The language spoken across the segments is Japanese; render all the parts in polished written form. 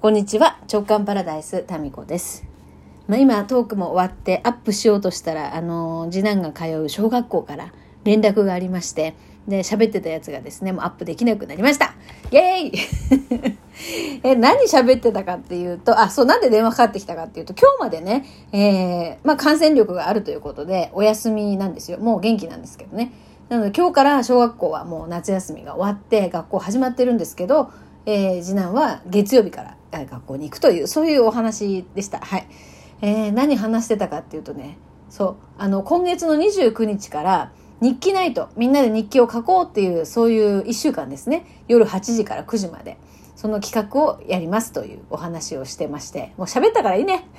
こんにちは、直感パラダイスタミコです。今トークも終わってアップしようとしたら次男が通う小学校から連絡がありまして、で喋ってたやつがですねもうアップできなくなりました。イエーイ何喋ってたかっていうと、なんで電話かかってきたかっていうと、今日までね、感染力があるということでお休みなんですよ。もう元気なんですけどね。なので今日から小学校はもう夏休みが終わって学校始まってるんですけど、次男は月曜日から学校に行くという、そういうお話でした。はい。何話してたかっていうとね、今月の29日から日記ナイト、みんなで日記を書こうっていう、そういう1週間ですね。夜8時から9時までその企画をやりますというお話をしてまして、もう喋ったからいいね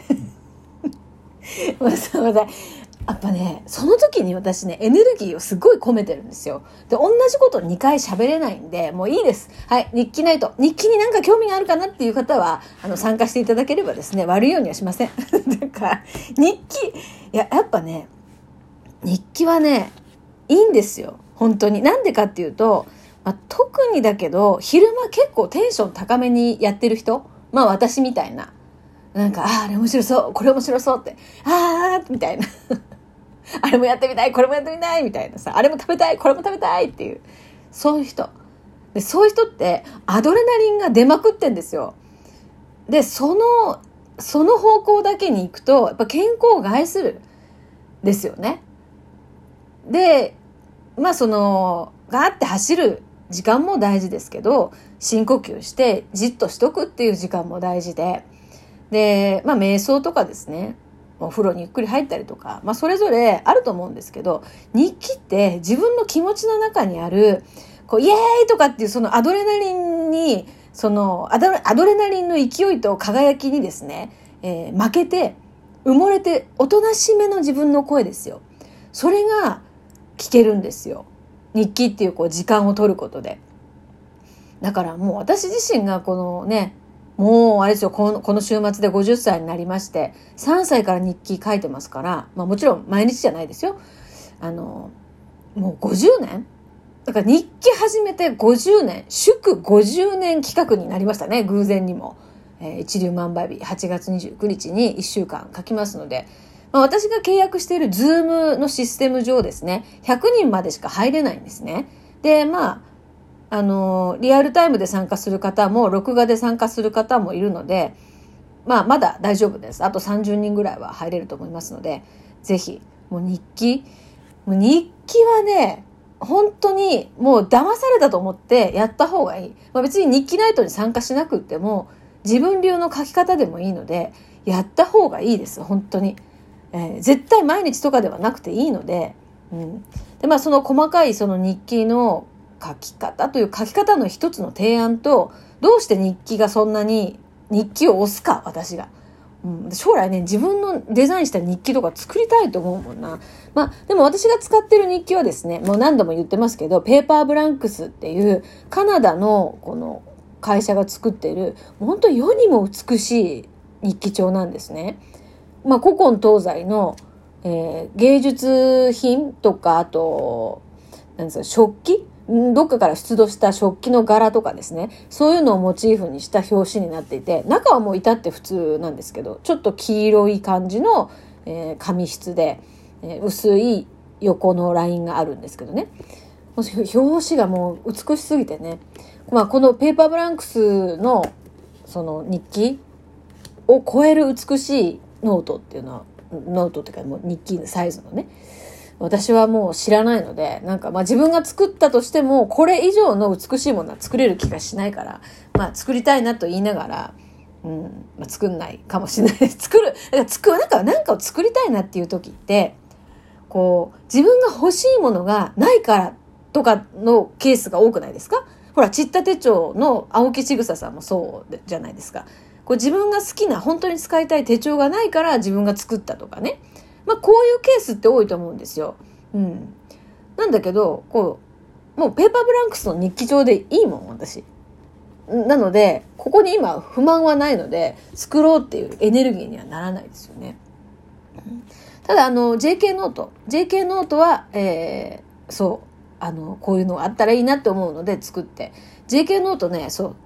やっぱね、その時に私ね、エネルギーをすごい込めてるんですよ。で、同じことを2回喋れないんで、もういいです。はい、日記ナイト。日記になんか興味があるかなっていう方は、参加していただければですね、悪いようにはしません。だから、日記、やっぱね、日記はね、いいんですよ。本当に。なんでかっていうと、特にだけど、昼間結構テンション高めにやってる人、私みたいな。なんか、あれ面白そう、これ面白そうって、みたいな。あれもやってみたい、これもやってみたいみたいなさ、あれも食べたい、これも食べたいっていう、そういう人で、そういう人ってアドレナリンが出まくってんですよ。で、その方向だけに行くとやっぱ健康を害するですよね。で、ガーって走る時間も大事ですけど、深呼吸してじっとしとくっていう時間も大事で、瞑想とかですね、お風呂にゆっくり入ったりとか、それぞれあると思うんですけど、日記って自分の気持ちの中にあるイエーイとかっていうそのアドレナリンに、アドレナリンの勢いと輝きにですね、負けて埋もれて、おとなしめの自分の声ですよ。それが聞けるんですよ。日記っていう時間を取ることで。だからもう私自身がもうあれですよ、この週末で50歳になりまして、3歳から日記書いてますから、もちろん毎日じゃないですよ。もう50年だから、日記始めて50年、祝50年企画になりましたね、偶然にも。一粒万倍日、8月29日に1週間書きますので、私が契約しているズームのシステム上ですね、100人までしか入れないんですね。で、リアルタイムで参加する方も録画で参加する方もいるので、まだ大丈夫です。あと30人ぐらいは入れると思いますので、ぜひもう日記はね、本当にもう騙されたと思ってやった方がいい。別に日記ナイトに参加しなくっても自分流の書き方でもいいのでやった方がいいです。本当に、絶対毎日とかではなくていいので、でその細かいその日記の書き方という書き方の一つの提案と、どうして日記がそんなに日記を押すか、私が、将来ね、自分のデザインした日記とか作りたいと思うもんな。でも私が使ってる日記はですね、もう何度も言ってますけど、ペーパーブランクスっていうカナダのこの会社が作っている本当世にも美しい日記帳なんですね。古今東西の、芸術品とか、あと食器、どっかから出土した食器の柄とかですね、そういうのをモチーフにした表紙になっていて、中はもう至って普通なんですけど、ちょっと黄色い感じの、紙質で、薄い横のラインがあるんですけどね、表紙がもう美しすぎてね、このペーパーブランクスのその日記を超える美しいノートっていうのは、ノートっていうかもう日記のサイズのね、私はもう知らないので、自分が作ったとしてもこれ以上の美しいものは作れる気がしないから、作りたいなと言いながら、作んないかもしれない。なんかを作りたいなっていう時って、自分が欲しいものがないからとかのケースが多くないですか？ほら、ちった手帳の青木千草さんもそうじゃないですか。自分が好きな、本当に使いたい手帳がないから自分が作ったとかね。こういうケースって多いと思うんですよ。なんだけど、もうペーパーブランクスの日記帳でいいもん、私。なので、ここに今不満はないので、作ろうっていうエネルギーにはならないですよね。ただ、JK ノートは、こういうのがあったらいいなって思うので作って。JK ノートね、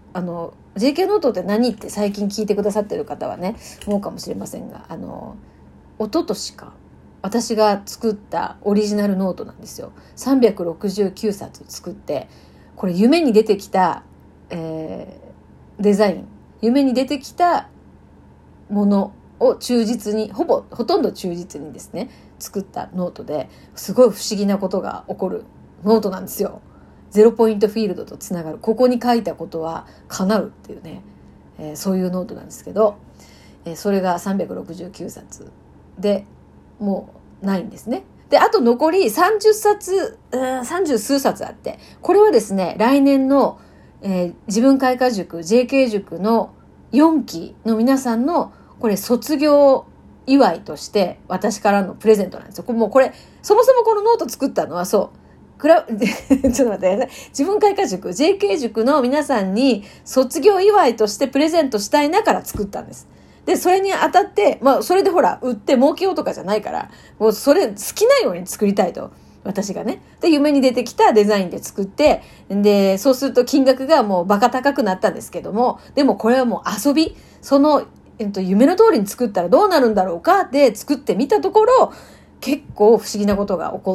JK ノートって何って最近聞いてくださってる方はね思うかもしれませんが、一昨年か私が作ったオリジナルノートなんですよ。369冊作って、これ夢に出てきた、デザイン、夢に出てきたものを忠実に、ほとんど忠実にですね作ったノートで、すごい不思議なことが起こるノートなんですよ。ゼロポイントフィールドとつながる、ここに書いたことは叶うっていうね、そういうノートなんですけど、それが369冊でもうないんですね。であと残り30冊、30数冊あって、これはですね来年の、自分開花塾 JK 塾の4期の皆さんのこれ卒業祝いとして私からのプレゼントなんですよ。もうこれそもそもこのノート作ったのはちょっと待って、自分開花塾 JK 塾の皆さんに卒業祝いとしてプレゼントしたいなから作ったんです。でそれにあたって、それでほら売って儲けようとかじゃないから、もうそれ好きなように作りたいと、私がね。で夢に出てきたデザインで作って、でそうすると金額がもうバカ高くなったんですけども、でもこれはもう遊び、夢の通りに作ったらどうなるんだろうかで作ってみたところ、結構不思議なことが起こって、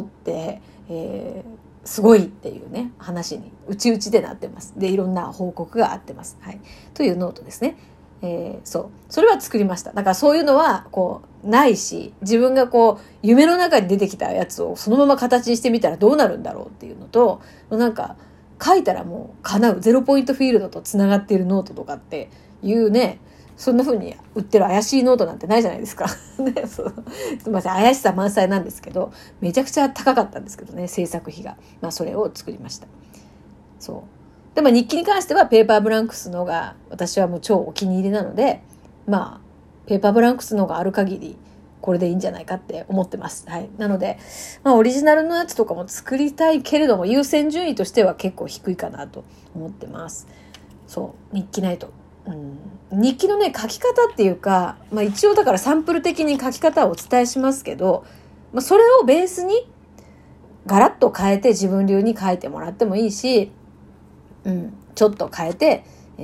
すごいっていうね話にうちでなってます。でいろんな報告があってます、はい、というノートですね。それは作りました。だからそういうのはないし、自分が夢の中に出てきたやつをそのまま形にしてみたらどうなるんだろうっていうのと、なんか書いたらもう叶うゼロポイントフィールドとつながっているノートとかっていうね、そんな風に売ってる怪しいノートなんてないじゃないですか。ね、すみません、怪しさ満載なんですけど、めちゃくちゃ高かったんですけどね、制作費が。それを作りました。で日記に関してはペーパーブランクスのが私はもう超お気に入りなので、ペーパーブランクスのがある限りこれでいいんじゃないかって思ってます。はい。なので、オリジナルのやつとかも作りたいけれども、優先順位としては結構低いかなと思ってます。日記ナイト。日記のね書き方っていうか、一応だからサンプル的に書き方をお伝えしますけど、それをベースにガラッと変えて自分流に書いてもらってもいいし、ちょっと変えて、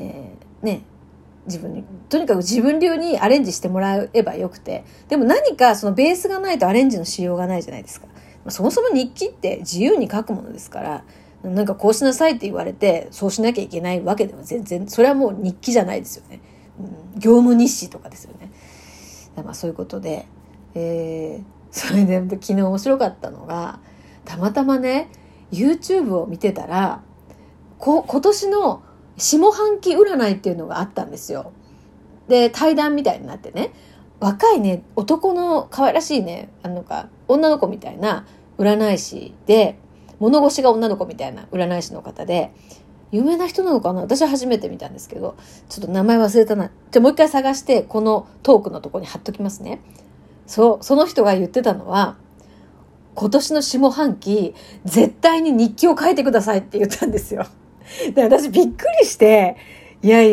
とにかく自分流にアレンジしてもらえばよくて、でも何かそのベースがないとアレンジのしようがないじゃないですか。そもそも日記って自由に書くものですから、なんかこうしなさいって言われてそうしなきゃいけないわけでは全然、それはもう日記じゃないですよね。業務日誌とかですよね。そういうことで、それで昨日面白かったのが、たまたまね YouTube を見てたら今年の下半期占いっていうのがあったんですよ。で対談みたいになってね、若いね男の可愛らしいね女の子みたいな占い師で、物腰が女の子みたいな占い師の方で、有名な人なのかな、私は初めて見たんですけど、ちょっと名前忘れたな。もう一回探してこのトークのところに貼っときますね。その人が言ってたのは、今年の下半期絶対に日記を書いてくださいって言ったんですよ。で私びっくりして、いや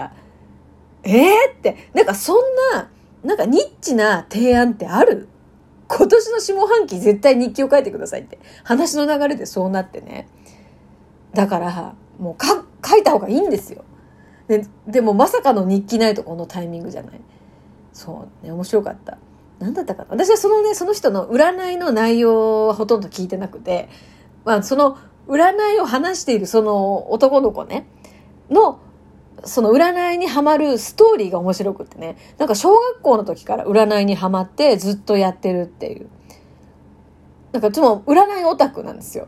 ってそんなニッチな提案ってある？今年の下半期絶対日記を書いてくださいって話の流れでそうなってね。だからもう書いた方がいいんですよ。でもまさかの日記ないとこのタイミングじゃない。面白かった。何だったかな。私はその人の占いの内容はほとんど聞いてなくて、その占いを話しているその男の子ねのその占いにハマるストーリーが面白くってね、小学校の時から占いにハマってずっとやってるっていう、つまり占いオタクなんですよ。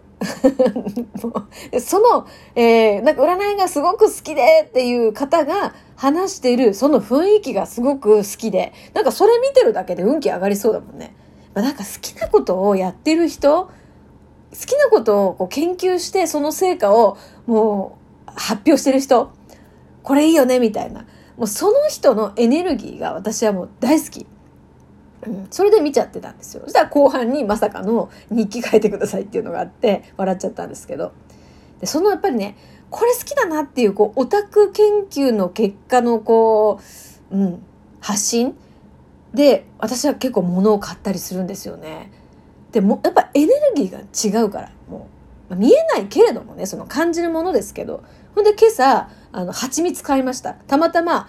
占いがすごく好きでっていう方が話しているその雰囲気がすごく好きで、それ見てるだけで運気上がりそうだもんね。好きなことをやってる人、好きなことを研究してその成果をもう発表してる人、これいいよねみたいな、もうその人のエネルギーが私はもう大好き。それで見ちゃってたんですよ。そしたら後半にまさかの日記書いてくださいっていうのがあって笑っちゃったんですけど、でやっぱりね、これ好きだなっていうオタク研究の結果の発信で、私は結構物を買ったりするんですよね。でもやっぱエネルギーが違うから、もう見えないけれどもね、その感じるものですけど、 ほんで今朝、蜂蜜買いました。たまたま、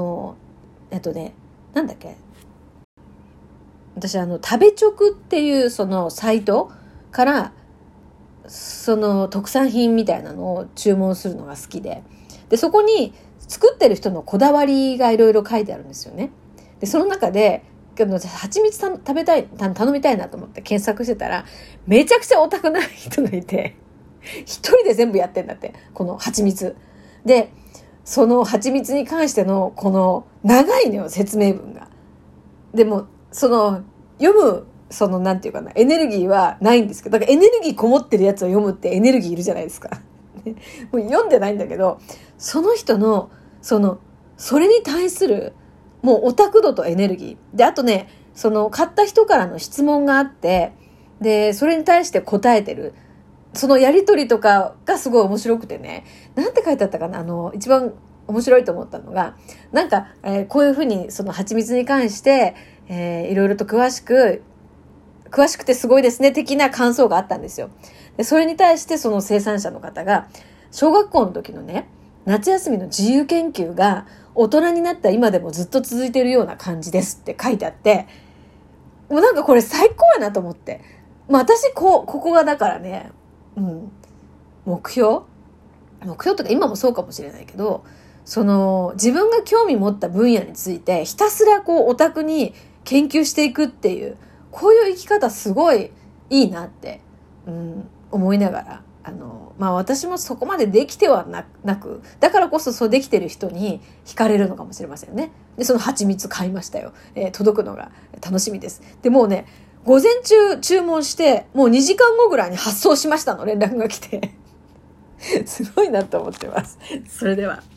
なんだっけ。私、食べチョクっていうそのサイトから、その特産品みたいなのを注文するのが好きで、そこに作ってる人のこだわりがいろいろ書いてあるんですよね。で、その中で、蜂蜜頼みたいなと思って検索してたら、めちゃくちゃオタクな人がいて、一人で全部やってんだって、この蜂蜜。で、その蜂蜜に関してのこの長いのよ、説明文が。でも、読む、なんていうかな、エネルギーはないんですけど、だからエネルギーこもってるやつを読むってエネルギーいるじゃないですか。もう読んでないんだけど、その人の、それに対する、もうオタク度とエネルギー。で、あとね、買った人からの質問があって、で、それに対して答えてる。そのやりとりとかがすごい面白くてね。なんて書いてあったかな、一番面白いと思ったのが、なんか、こういうふうに、蜂蜜に関して、いろいろと詳しくてすごいですね、的な感想があったんですよ。で、それに対してその生産者の方が、小学校の時のね、夏休みの自由研究が大人になった今でもずっと続いているような感じですって書いてあって、もうなんかこれ最高やなと思って。まあ私、ここがだからね、目標とか今もそうかもしれないけど、自分が興味持った分野についてひたすらオタクに研究していくっていう、こういう生き方すごいいいなって、思いながら、私もそこまでできてはなく、だからこそそうできてる人に惹かれるのかもしれませんね。で、その蜂蜜買いましたよ。届くのが楽しみです。で、もうね、午前中注文して、もう2時間後ぐらいに発送しましたの連絡が来て。すごいなと思ってます。それでは。